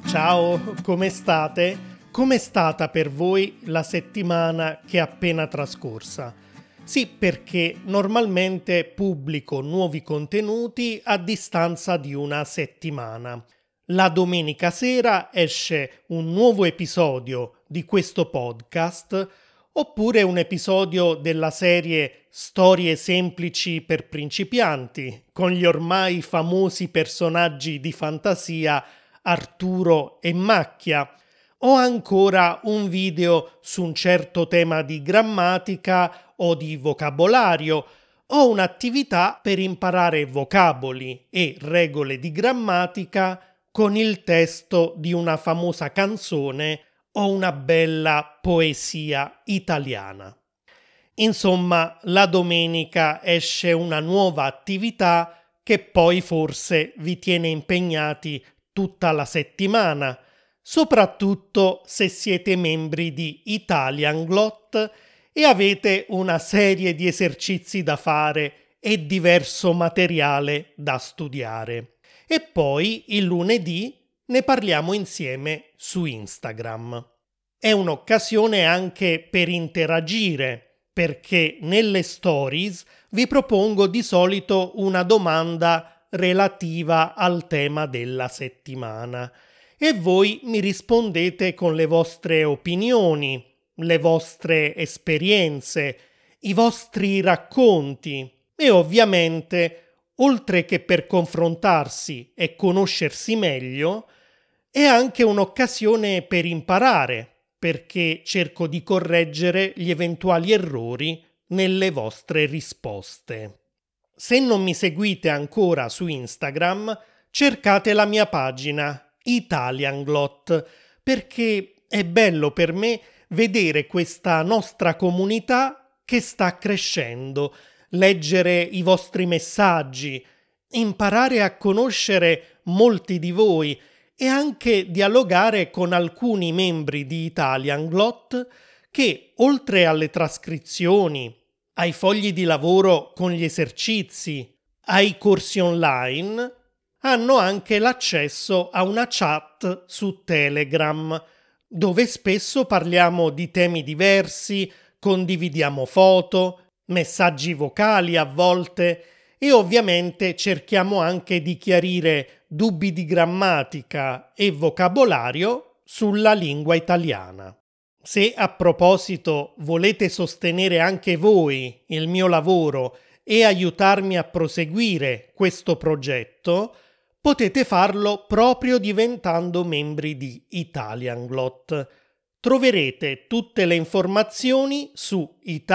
Ciao, come state? Com'è stata per voi la settimana che è appena trascorsa? Sì, perché normalmente pubblico nuovi contenuti a distanza di una settimana. La domenica sera esce un nuovo episodio di questo podcast, oppure un episodio della serie Storie semplici per principianti, con gli ormai famosi personaggi di fantasia Arturo e Macchia, o ancora un video su un certo tema di grammatica o di vocabolario, o un'attività per imparare vocaboli e regole di grammatica con il testo di una famosa canzone o una bella poesia italiana. Insomma, la domenica esce una nuova attività che poi forse vi tiene impegnati tutta la settimana, soprattutto se siete membri di Italianglot e avete una serie di esercizi da fare e diverso materiale da studiare. E poi il lunedì ne parliamo insieme su Instagram. È un'occasione anche per interagire, perché nelle stories vi propongo di solito una domanda relativa al tema della settimana e voi mi rispondete con le vostre opinioni, le vostre esperienze, i vostri racconti e ovviamente, oltre che per confrontarsi e conoscersi meglio, è anche un'occasione per imparare, perché cerco di correggere gli eventuali errori nelle vostre risposte. Se non mi seguite ancora su Instagram, cercate la mia pagina Italianglot, perché è bello per me vedere questa nostra comunità che sta crescendo, leggere i vostri messaggi, imparare a conoscere molti di voi e anche dialogare con alcuni membri di Italianglot che, oltre alle trascrizioni, ai fogli di lavoro con gli esercizi, ai corsi online, hanno anche l'accesso a una chat su Telegram, dove spesso parliamo di temi diversi, condividiamo foto, messaggi vocali a volte e ovviamente cerchiamo anche di chiarire dubbi di grammatica e vocabolario sulla lingua italiana. Se a proposito volete sostenere anche voi il mio lavoro e aiutarmi a proseguire questo progetto, potete farlo proprio diventando membri di Italianglot. Troverete tutte le informazioni su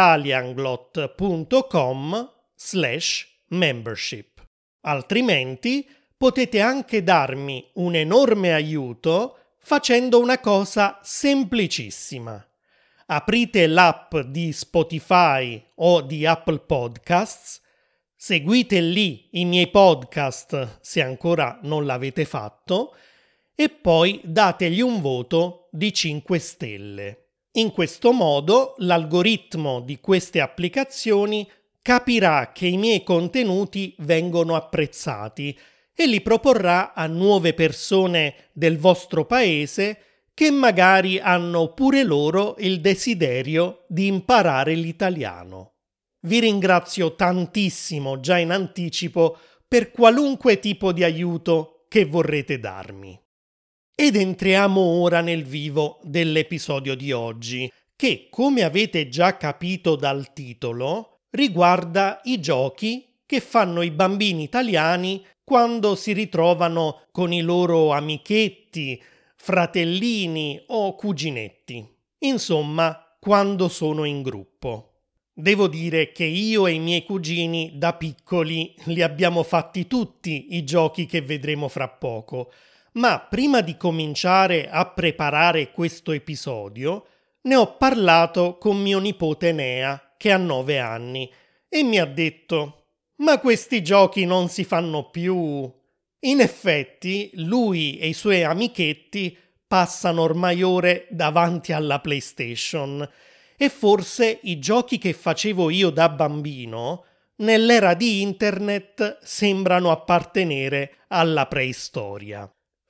italianglot.com/membership. Altrimenti potete anche darmi un enorme aiuto facendo una cosa semplicissima. Aprite l'app di Spotify o di Apple Podcasts, seguite lì i miei podcast se ancora non l'avete fatto e poi dategli un voto di 5 stelle. In questo modo l'algoritmo di queste applicazioni capirà che i miei contenuti vengono apprezzati e li proporrà a nuove persone del vostro paese che magari hanno pure loro il desiderio di imparare l'italiano. Vi ringrazio tantissimo già in anticipo per qualunque tipo di aiuto che vorrete darmi. Ed entriamo ora nel vivo dell'episodio di oggi, che, come avete già capito dal titolo, riguarda i giochi che fanno i bambini italiani quando si ritrovano con i loro amichetti, fratellini o cuginetti. Insomma, quando sono in gruppo. Devo dire che io e i miei cugini da piccoli li abbiamo fatti tutti i giochi che vedremo fra poco, ma prima di cominciare a preparare questo episodio ne ho parlato con mio nipote Nea, che ha 9 anni, e mi ha detto: «Ma questi giochi non si fanno più». In effetti, lui e i suoi amichetti passano ormai ore davanti alla PlayStation e forse i giochi che facevo io da bambino, nell'era di internet, sembrano appartenere alla preistoria.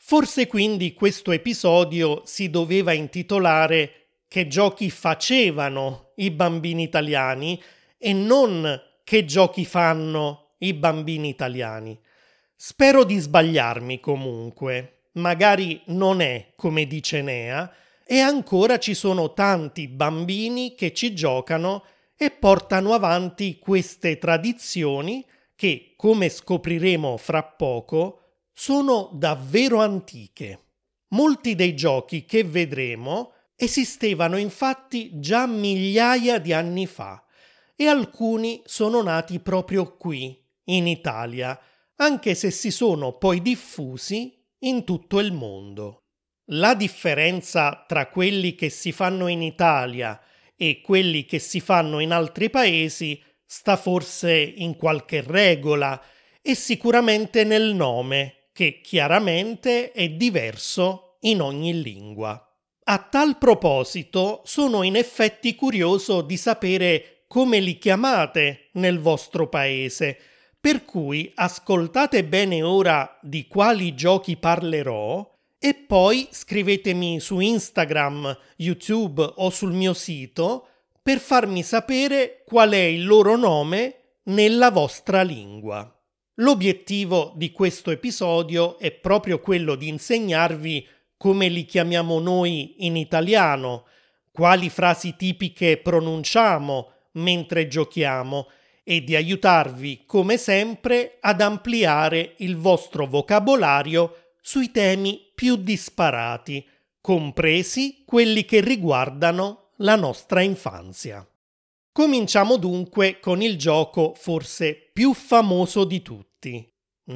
Forse quindi questo episodio si doveva intitolare Che giochi facevano i bambini italiani e non Che giochi fanno i bambini italiani. Spero di sbagliarmi comunque, magari non è come dice Nea e ancora ci sono tanti bambini che ci giocano e portano avanti queste tradizioni che, come scopriremo fra poco, sono davvero antiche. Molti dei giochi che vedremo esistevano infatti già migliaia di anni fa e alcuni sono nati proprio qui, in Italia, anche se si sono poi diffusi in tutto il mondo. La differenza tra quelli che si fanno in Italia e quelli che si fanno in altri paesi sta forse in qualche regola e sicuramente nel nome, che chiaramente è diverso in ogni lingua. A tal proposito, sono in effetti curioso di sapere come li chiamate nel vostro paese, per cui ascoltate bene ora di quali giochi parlerò e poi scrivetemi su Instagram, YouTube o sul mio sito per farmi sapere qual è il loro nome nella vostra lingua. L'obiettivo di questo episodio è proprio quello di insegnarvi come li chiamiamo noi in italiano, quali frasi tipiche pronunciamo mentre giochiamo e di aiutarvi, come sempre, ad ampliare il vostro vocabolario sui temi più disparati, compresi quelli che riguardano la nostra infanzia. Cominciamo dunque con il gioco forse più famoso di tutti,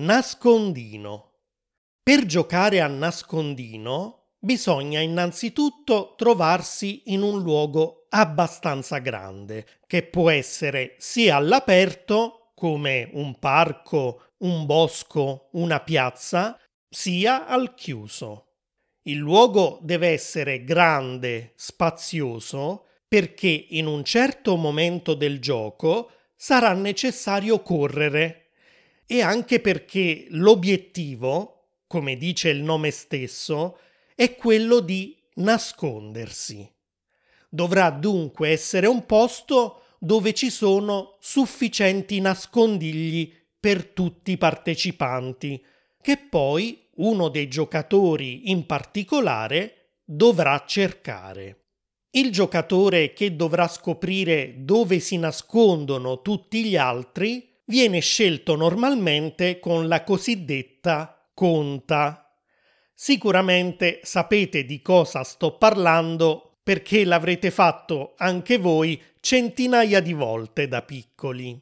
nascondino. Per giocare a nascondino bisogna innanzitutto trovarsi in un luogo abbastanza grande, che può essere sia all'aperto, come un parco, un bosco, una piazza, sia al chiuso. Il luogo deve essere grande, spazioso, perché in un certo momento del gioco sarà necessario correre e anche perché l'obiettivo, come dice il nome stesso, è quello di nascondersi. Dovrà dunque essere un posto dove ci sono sufficienti nascondigli per tutti i partecipanti, che poi uno dei giocatori in particolare dovrà cercare. Il giocatore che dovrà scoprire dove si nascondono tutti gli altri viene scelto normalmente con la cosiddetta conta. Sicuramente sapete di cosa sto parlando perché l'avrete fatto anche voi centinaia di volte da piccoli.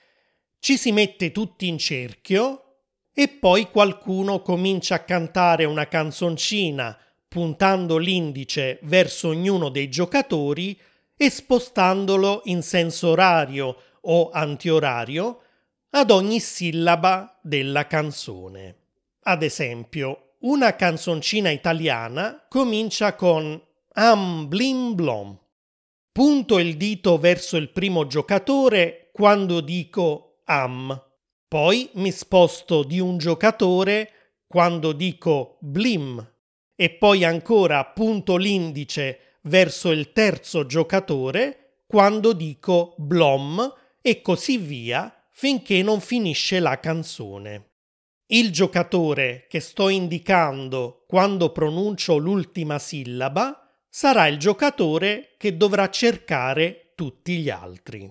Ci si mette tutti in cerchio e poi qualcuno comincia a cantare una canzoncina puntando l'indice verso ognuno dei giocatori e spostandolo in senso orario o antiorario ad ogni sillaba della canzone. Ad esempio, una canzoncina italiana comincia con Am blim blom. Punto il dito verso il primo giocatore quando dico am. Poi mi sposto di un giocatore quando dico blim. E poi ancora punto l'indice verso il terzo giocatore quando dico blom e così via finché non finisce la canzone. Il giocatore che sto indicando quando pronuncio l'ultima sillaba sarà il giocatore che dovrà cercare tutti gli altri.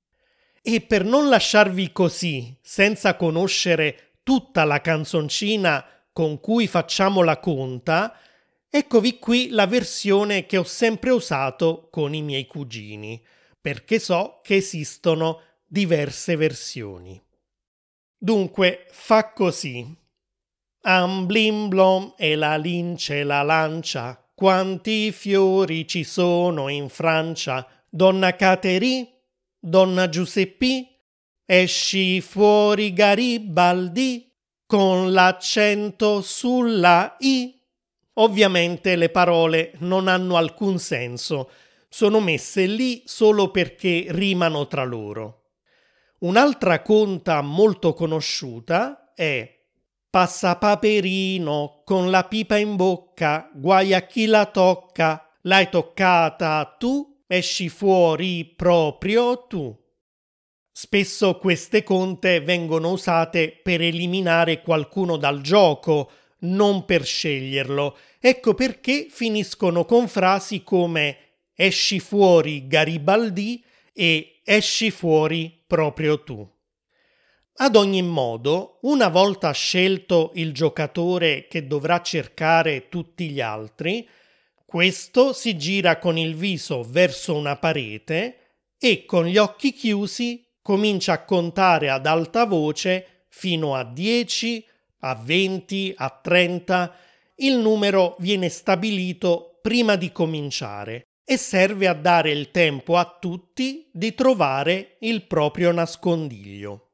E per non lasciarvi così, senza conoscere tutta la canzoncina con cui facciamo la conta, eccovi qui la versione che ho sempre usato con i miei cugini, perché so che esistono diverse versioni. Dunque, fa così. Am blim blom e la lince la lancia, quanti fiori ci sono in Francia, donna Caterì, donna Giuseppi, esci fuori Garibaldi, con l'accento sulla I. Ovviamente le parole non hanno alcun senso, sono messe lì solo perché rimano tra loro. Un'altra conta molto conosciuta è Passa Paperino con la pipa in bocca, guai a chi la tocca, l'hai toccata tu, esci fuori proprio tu. Spesso queste conte vengono usate per eliminare qualcuno dal gioco, non per sceglierlo. Ecco perché finiscono con frasi come esci fuori Garibaldi e esci fuori proprio tu. Ad ogni modo, una volta scelto il giocatore che dovrà cercare tutti gli altri, questo si gira con il viso verso una parete e con gli occhi chiusi comincia a contare ad alta voce fino a 10, a 20, a 30. Il numero viene stabilito prima di cominciare e serve a dare il tempo a tutti di trovare il proprio nascondiglio.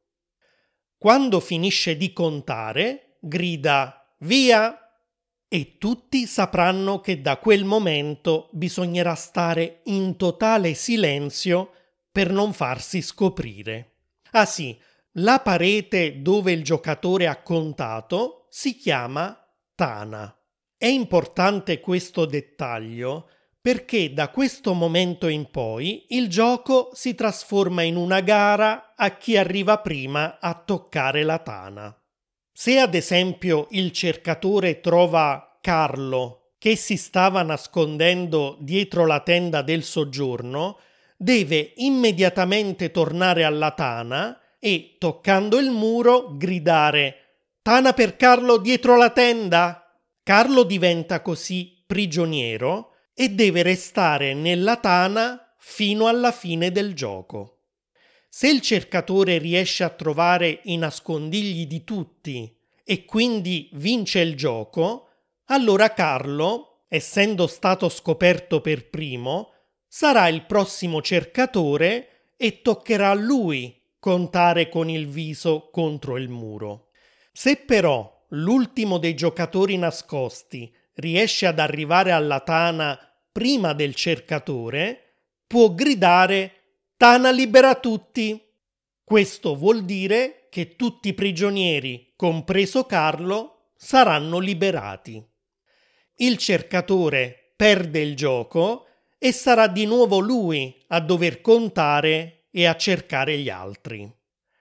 Quando finisce di contare, grida «Via!» e tutti sapranno che da quel momento bisognerà stare in totale silenzio per non farsi scoprire. Ah sì, la parete dove il giocatore ha contato si chiama tana. È importante questo dettaglio perché da questo momento in poi il gioco si trasforma in una gara a chi arriva prima a toccare la tana. Se ad esempio il cercatore trova Carlo che si stava nascondendo dietro la tenda del soggiorno, deve immediatamente tornare alla tana e, toccando il muro, gridare «Tana per Carlo dietro la tenda!». Carlo diventa così prigioniero e deve restare nella tana fino alla fine del gioco. Se il cercatore riesce a trovare i nascondigli di tutti e quindi vince il gioco, allora Carlo, essendo stato scoperto per primo, sarà il prossimo cercatore e toccherà a lui contare con il viso contro il muro. Se però l'ultimo dei giocatori nascosti riesce ad arrivare alla tana prima del cercatore, può gridare «Tana libera tutti!». Questo vuol dire che tutti i prigionieri, compreso Carlo, saranno liberati. Il cercatore perde il gioco e sarà di nuovo lui a dover contare e a cercare gli altri.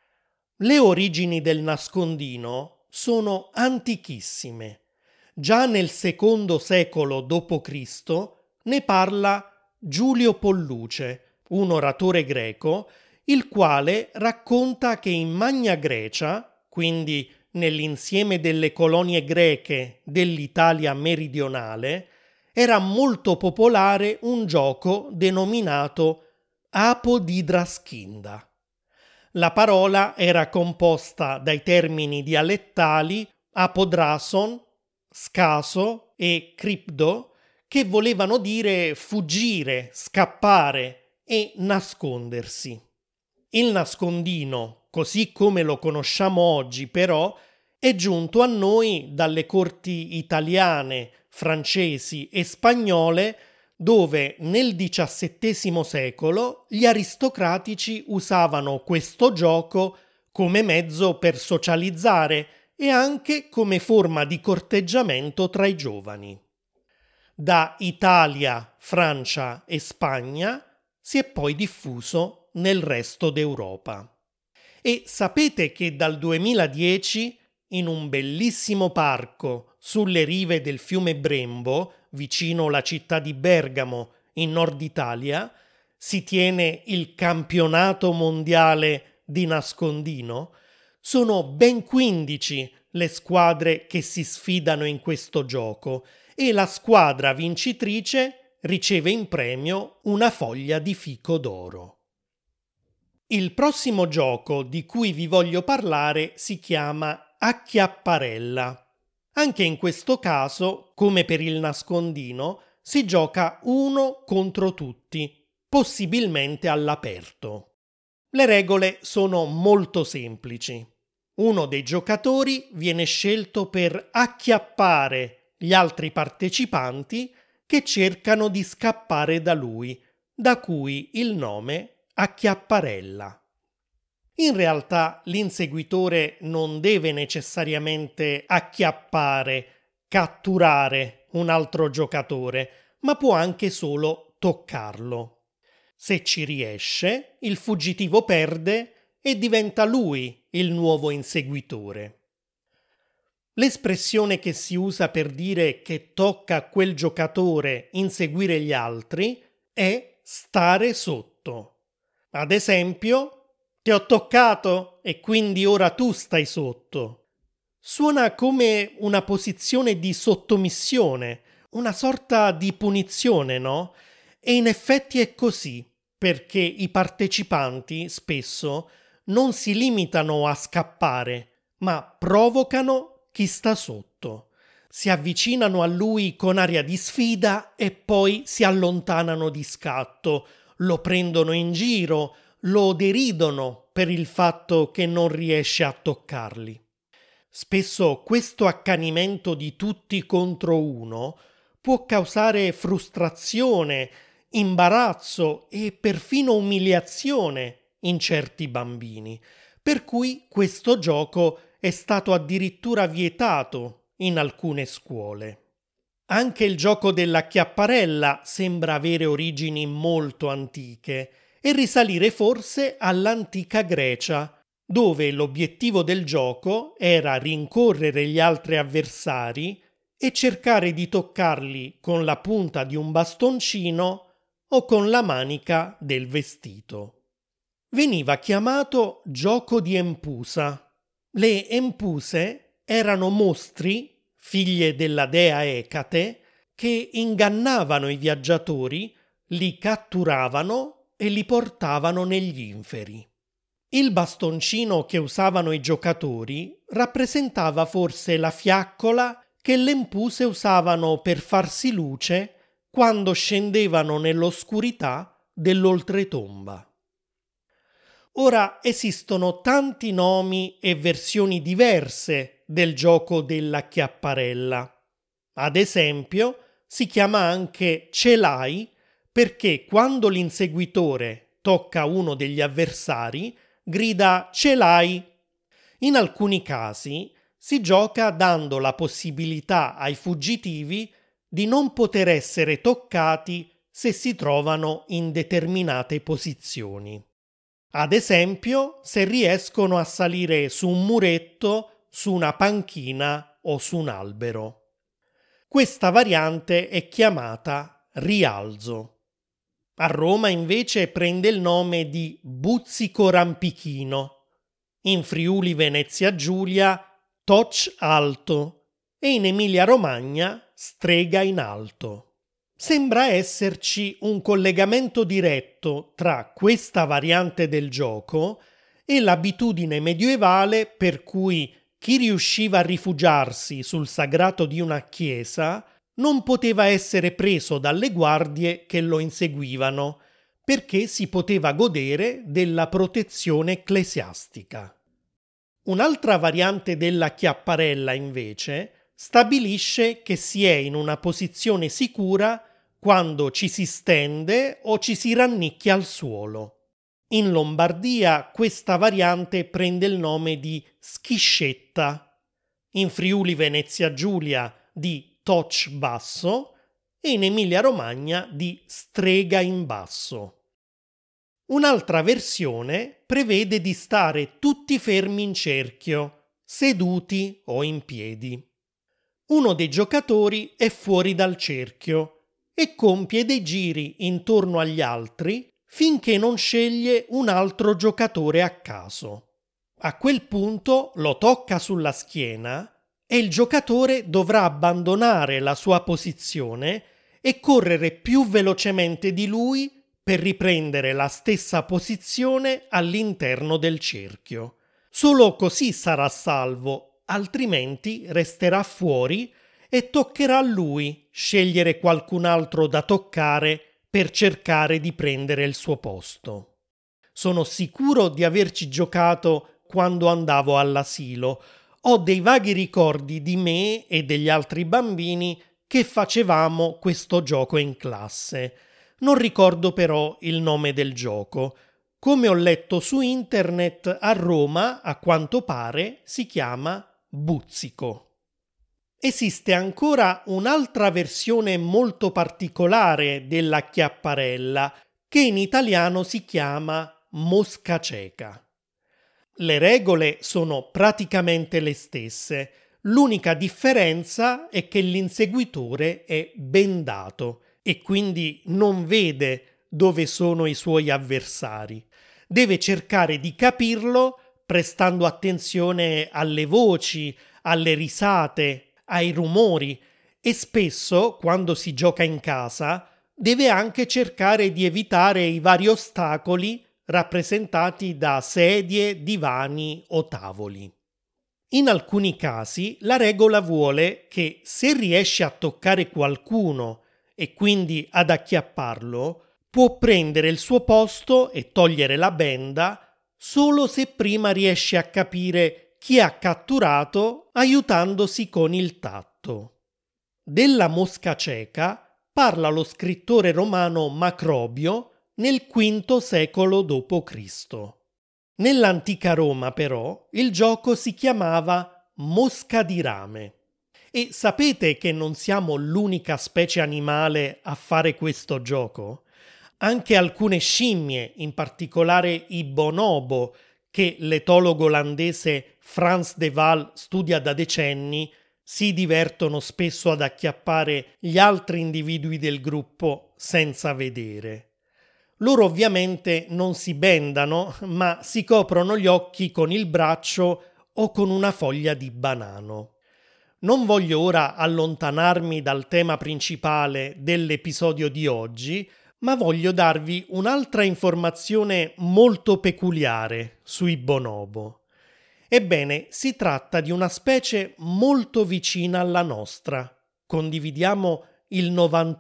Le origini del nascondino sono antichissime. Già nel II secolo d.C. ne parla Giulio Polluce, un oratore greco, il quale racconta che in Magna Grecia, quindi nell'insieme delle colonie greche dell'Italia meridionale, era molto popolare un gioco denominato Apodidraskinda. La parola era composta dai termini dialettali apodrason, scaso e cripdo, che volevano dire fuggire, scappare e nascondersi. Il nascondino, così come lo conosciamo oggi, però, è giunto a noi dalle corti italiane, francesi e spagnole, dove nel XVII secolo gli aristocratici usavano questo gioco come mezzo per socializzare e anche come forma di corteggiamento tra i giovani. Da Italia, Francia e Spagna si è poi diffuso nel resto d'Europa. E sapete che dal 2010, in un bellissimo parco sulle rive del fiume Brembo, vicino la città di Bergamo, in Nord Italia, si tiene il campionato mondiale di nascondino? Sono ben 15 le squadre che si sfidano in questo gioco e la squadra vincitrice riceve in premio una foglia di fico d'oro. Il prossimo gioco di cui vi voglio parlare si chiama Acchiapparella. Anche in questo caso, come per il nascondino, si gioca uno contro tutti, possibilmente all'aperto. Le regole sono molto semplici. Uno dei giocatori viene scelto per acchiappare gli altri partecipanti che cercano di scappare da lui, da cui il nome Acchiapparella. In realtà l'inseguitore non deve necessariamente acchiappare, catturare un altro giocatore, ma può anche solo toccarlo. Se ci riesce, il fuggitivo perde e diventa lui il nuovo inseguitore. L'espressione che si usa per dire che tocca a quel giocatore inseguire gli altri è stare sotto. Ad esempio, ti ho toccato e quindi ora tu stai sotto. Suona come una posizione di sottomissione, una sorta di punizione, no? E in effetti è così, perché i partecipanti spesso non si limitano a scappare, ma provocano chi sta sotto. Si avvicinano a lui con aria di sfida e poi si allontanano di scatto, lo prendono in giro, lo deridono per il fatto che non riesce a toccarli. Spesso questo accanimento di tutti contro uno può causare frustrazione, imbarazzo e perfino umiliazione in certi bambini, per cui questo gioco è stato addirittura vietato in alcune scuole. Anche il gioco della chiapparella sembra avere origini molto antiche e risalire forse all'antica Grecia, dove l'obiettivo del gioco era rincorrere gli altri avversari e cercare di toccarli con la punta di un bastoncino o con la manica del vestito. Veniva chiamato gioco di Empusa. Le Empuse erano mostri, figlie della dea Ecate, che ingannavano i viaggiatori, li catturavano e li portavano negli inferi. Il bastoncino che usavano i giocatori rappresentava forse la fiaccola che le Empuse usavano per farsi luce quando scendevano nell'oscurità dell'oltretomba. Ora esistono tanti nomi e versioni diverse del gioco della chiapparella. Ad esempio, si chiama anche celai perché quando l'inseguitore tocca uno degli avversari, grida celai. In alcuni casi si gioca dando la possibilità ai fuggitivi di non poter essere toccati se si trovano in determinate posizioni. Ad esempio, se riescono a salire su un muretto, su una panchina o su un albero. Questa variante è chiamata rialzo. A Roma invece prende il nome di buzzico rampichino. In Friuli Venezia Giulia touch alto e in Emilia Romagna strega in alto. Sembra esserci un collegamento diretto tra questa variante del gioco e l'abitudine medievale per cui chi riusciva a rifugiarsi sul sagrato di una chiesa non poteva essere preso dalle guardie che lo inseguivano, perché si poteva godere della protezione ecclesiastica. Un'altra variante della chiapparella, invece, stabilisce che si è in una posizione sicura quando ci si stende o ci si rannicchia al suolo. In Lombardia questa variante prende il nome di schiscetta, in Friuli Venezia Giulia di touch basso e in Emilia Romagna di strega in basso. Un'altra versione prevede di stare tutti fermi in cerchio, seduti o in piedi. Uno dei giocatori è fuori dal cerchio e compie dei giri intorno agli altri finché non sceglie un altro giocatore a caso. A quel punto lo tocca sulla schiena e il giocatore dovrà abbandonare la sua posizione e correre più velocemente di lui per riprendere la stessa posizione all'interno del cerchio. Solo così sarà salvo, altrimenti resterà fuori e toccherà a lui scegliere qualcun altro da toccare per cercare di prendere il suo posto. Sono sicuro di averci giocato quando andavo all'asilo. Ho dei vaghi ricordi di me e degli altri bambini che facevamo questo gioco in classe. Non ricordo però il nome del gioco. come ho letto su internet, a Roma, a quanto pare, si chiama Buzzico. Esiste ancora un'altra versione molto particolare della chiapparella, che in italiano si chiama mosca cieca. Le regole sono praticamente le stesse, l'unica differenza è che l'inseguitore è bendato e quindi non vede dove sono i suoi avversari. Deve cercare di capirlo prestando attenzione alle voci, alle risate, ai rumori e spesso, quando si gioca in casa, deve anche cercare di evitare i vari ostacoli rappresentati da sedie, divani o tavoli. In alcuni casi la regola vuole che se riesce a toccare qualcuno e quindi ad acchiapparlo, può prendere il suo posto e togliere la benda solo se prima riesce a capire chi ha catturato aiutandosi con il tatto. Della mosca cieca parla lo scrittore romano Macrobio nel V secolo d.C. Nell'antica Roma, però, il gioco si chiamava mosca di rame. E sapete che non siamo l'unica specie animale a fare questo gioco? Anche alcune scimmie, in particolare i bonobo, che l'etologo olandese Frans de Waal studia da decenni, si divertono spesso ad acchiappare gli altri individui del gruppo senza vedere. Loro ovviamente non si bendano, ma si coprono gli occhi con il braccio o con una foglia di banano. Non voglio ora allontanarmi dal tema principale dell'episodio di oggi, ma voglio darvi un'altra informazione molto peculiare sui bonobo. Ebbene, si tratta di una specie molto vicina alla nostra. Condividiamo il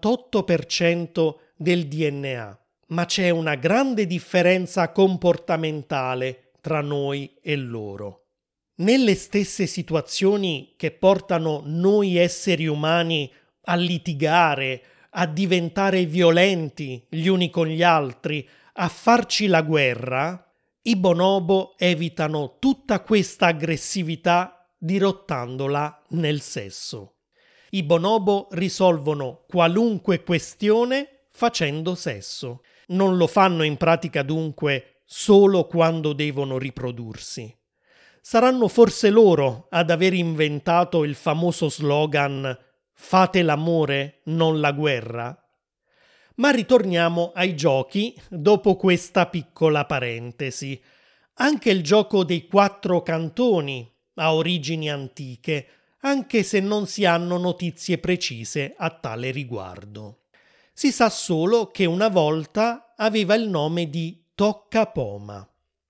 98% del DNA, ma c'è una grande differenza comportamentale tra noi e loro. Nelle stesse situazioni che portano noi esseri umani a litigare, a diventare violenti gli uni con gli altri, a farci la guerra, i bonobo evitano tutta questa aggressività dirottandola nel sesso. I bonobo risolvono qualunque questione facendo sesso. Non lo fanno in pratica dunque solo quando devono riprodursi. Saranno forse loro ad aver inventato il famoso slogan "Fate l'amore, non la guerra"? Ma ritorniamo ai giochi dopo questa piccola parentesi. Anche il gioco dei 4 cantoni ha origini antiche, anche se non si hanno notizie precise a tale riguardo. Si sa solo che una volta aveva il nome di toccapoma.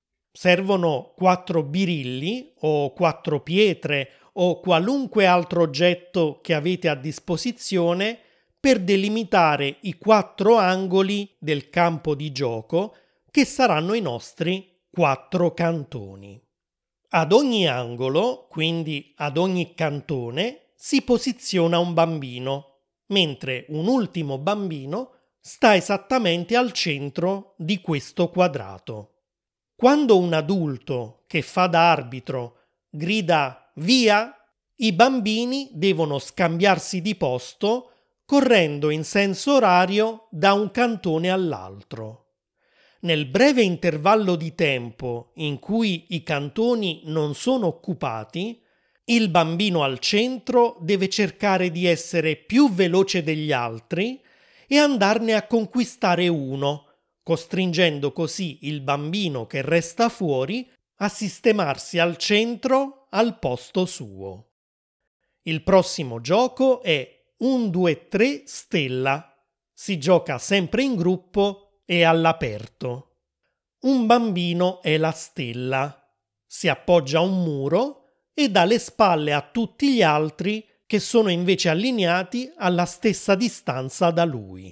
Servono 4 birilli o 4 pietre o qualunque altro oggetto che avete a disposizione per delimitare i 4 angoli del campo di gioco che saranno i nostri 4 cantoni. Ad ogni angolo, quindi ad ogni cantone, si posiziona un bambino, mentre un ultimo bambino sta esattamente al centro di questo quadrato. Quando un adulto che fa da arbitro grida "via", i bambini devono scambiarsi di posto correndo in senso orario da un cantone all'altro. Nel breve intervallo di tempo in cui i cantoni non sono occupati, il bambino al centro deve cercare di essere più veloce degli altri e andarne a conquistare uno, costringendo così il bambino che resta fuori a sistemarsi al centro al posto suo. Il prossimo gioco è 1, 2, 3 stella. Si gioca sempre in gruppo e all'aperto. Un bambino è la stella. Si appoggia a un muro e dà le spalle a tutti gli altri che sono invece allineati alla stessa distanza da lui.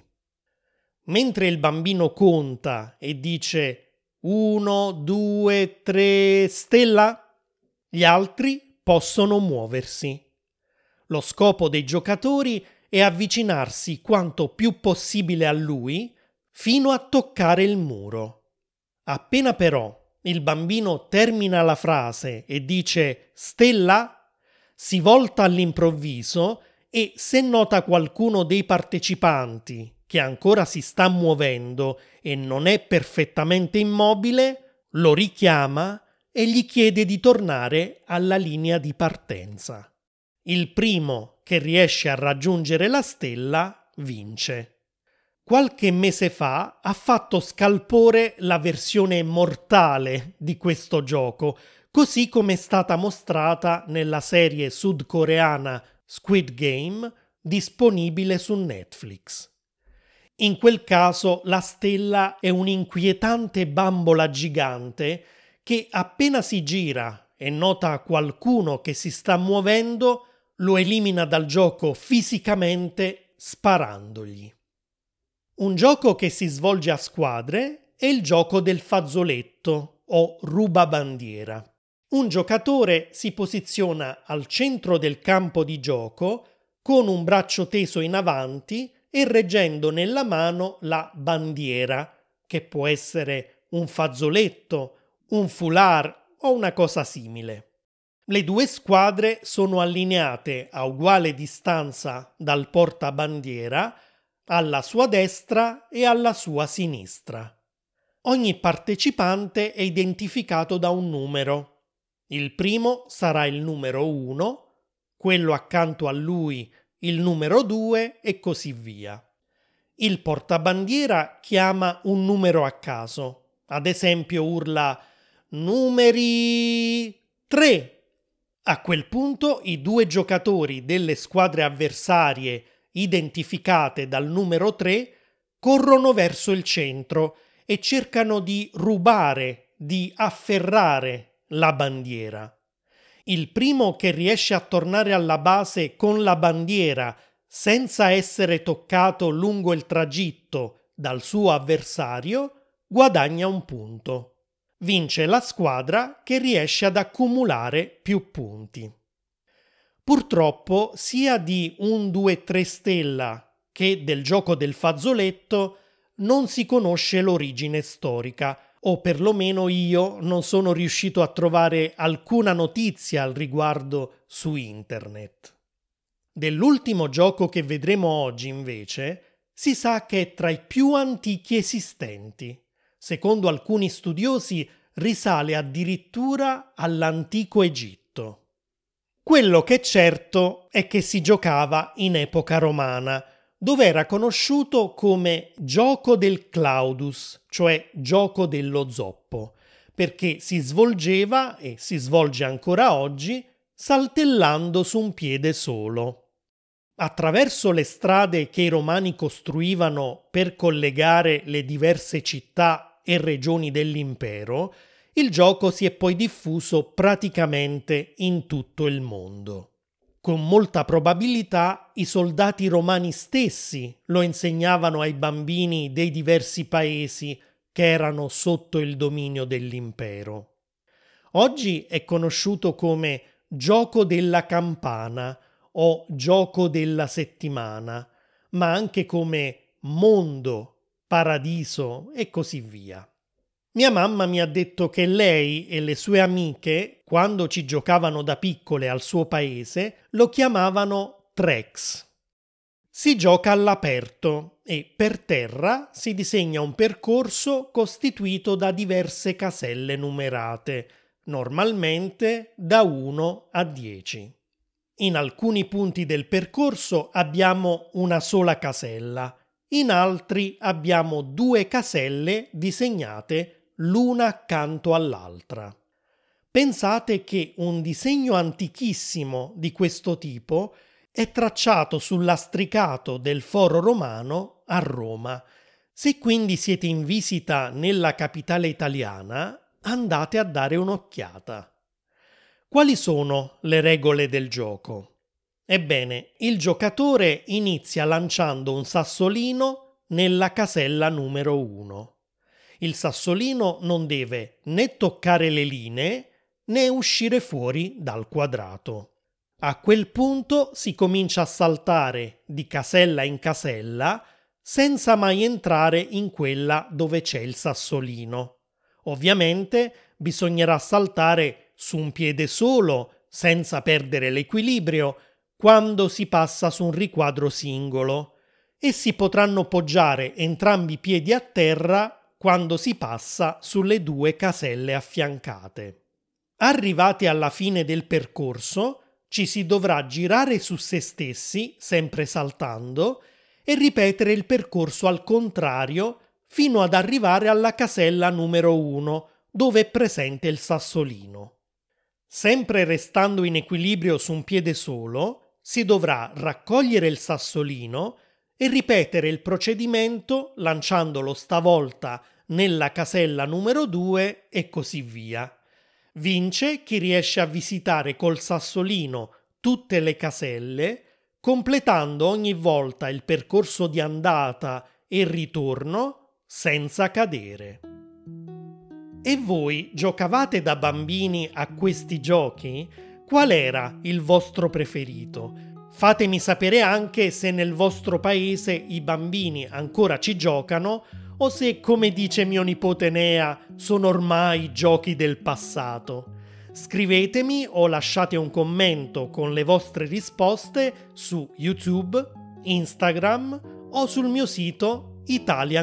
Mentre il bambino conta e dice 1, 2, 3 stella, gli altri possono muoversi. Lo scopo dei giocatori è avvicinarsi quanto più possibile a lui fino a toccare il muro. Appena però il bambino termina la frase e dice «stella», si volta all'improvviso e se nota qualcuno dei partecipanti che ancora si sta muovendo e non è perfettamente immobile, lo richiama e gli chiede di tornare alla linea di partenza. Il primo che riesce a raggiungere la stella vince. Qualche mese fa ha fatto scalpore la versione mortale di questo gioco, così come è stata mostrata nella serie sudcoreana Squid Game, disponibile su Netflix. In quel caso la stella è un'inquietante bambola gigante che appena si gira e nota qualcuno che si sta muovendo, lo elimina dal gioco fisicamente sparandogli. Un gioco che si svolge a squadre è il gioco del fazzoletto o rubabandiera. Un giocatore si posiziona al centro del campo di gioco con un braccio teso in avanti e reggendo nella mano la bandiera, che può essere un fazzoletto, un foulard o una cosa simile. Le due squadre sono allineate a uguale distanza dal portabandiera alla sua destra e alla sua sinistra. Ogni partecipante è identificato da un numero. Il primo sarà il numero 1, quello accanto a lui il numero 2 e così via. Il portabandiera chiama un numero a caso. Ad esempio urla «Numeri 3». A quel punto i due giocatori delle squadre avversarie identificate dal numero 3 corrono verso il centro e cercano di rubare, di afferrare la bandiera. Il primo che riesce a tornare alla base con la bandiera senza essere toccato lungo il tragitto dal suo avversario guadagna un punto. Vince la squadra che riesce ad accumulare più punti. Purtroppo sia di 1, 2, 3 stella che del gioco del fazzoletto non si conosce l'origine storica, o perlomeno io non sono riuscito a trovare alcuna notizia al riguardo su internet. Dell'ultimo gioco che vedremo oggi, invece, si sa che è tra i più antichi esistenti. Secondo alcuni studiosi risale addirittura all'antico Egitto. Quello che è certo è che si giocava in epoca romana, dove era conosciuto come gioco del Claudus, cioè gioco dello zoppo, perché si svolgeva, e si svolge ancora oggi, saltellando su un piede solo. Attraverso le strade che i romani costruivano per collegare le diverse città e regioni dell'impero, il gioco si è poi diffuso praticamente in tutto il mondo. Con molta probabilità i soldati romani stessi lo insegnavano ai bambini dei diversi paesi che erano sotto il dominio dell'impero. Oggi è conosciuto come gioco della campana o gioco della settimana, ma anche come mondo, paradiso e così via. Mia mamma mi ha detto che lei e le sue amiche, quando ci giocavano da piccole al suo paese, lo chiamavano Trex. Si gioca all'aperto e per terra si disegna un percorso costituito da diverse caselle numerate, normalmente da 1 a 10. In alcuni punti del percorso abbiamo una sola casella, in altri abbiamo 2 caselle disegnate l'una accanto all'altra. Pensate che un disegno antichissimo di questo tipo è tracciato sul lastricato del Foro Romano a Roma. Se quindi siete in visita nella capitale italiana, andate a dare un'occhiata. Quali sono le regole del gioco? Ebbene, il giocatore inizia lanciando un sassolino nella casella numero 1. Il sassolino non deve né toccare le linee né uscire fuori dal quadrato. A quel punto si comincia a saltare di casella in casella senza mai entrare in quella dove c'è il sassolino. Ovviamente bisognerà saltare su un piede solo, senza perdere l'equilibrio, quando si passa su un riquadro singolo, e si potranno poggiare entrambi i piedi a terra quando si passa sulle 2 caselle affiancate. Arrivati alla fine del percorso, ci si dovrà girare su se stessi, sempre saltando, e ripetere il percorso al contrario fino ad arrivare alla casella numero 1, dove è presente il sassolino. Sempre restando in equilibrio su un piede solo, si dovrà raccogliere il sassolino e ripetere il procedimento lanciandolo stavolta nella casella numero 2 e così via. Vince chi riesce a visitare col sassolino tutte le caselle, completando ogni volta il percorso di andata e ritorno senza cadere. E voi giocavate da bambini a questi giochi? Qual era il vostro preferito? Fatemi sapere anche se nel vostro paese i bambini ancora ci giocano o se, come dice mio nipote Nea, sono ormai giochi del passato. Scrivetemi o lasciate un commento con le vostre risposte su YouTube, Instagram o sul mio sito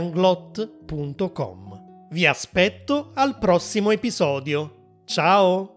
italianglot.com. Vi aspetto al prossimo episodio. Ciao!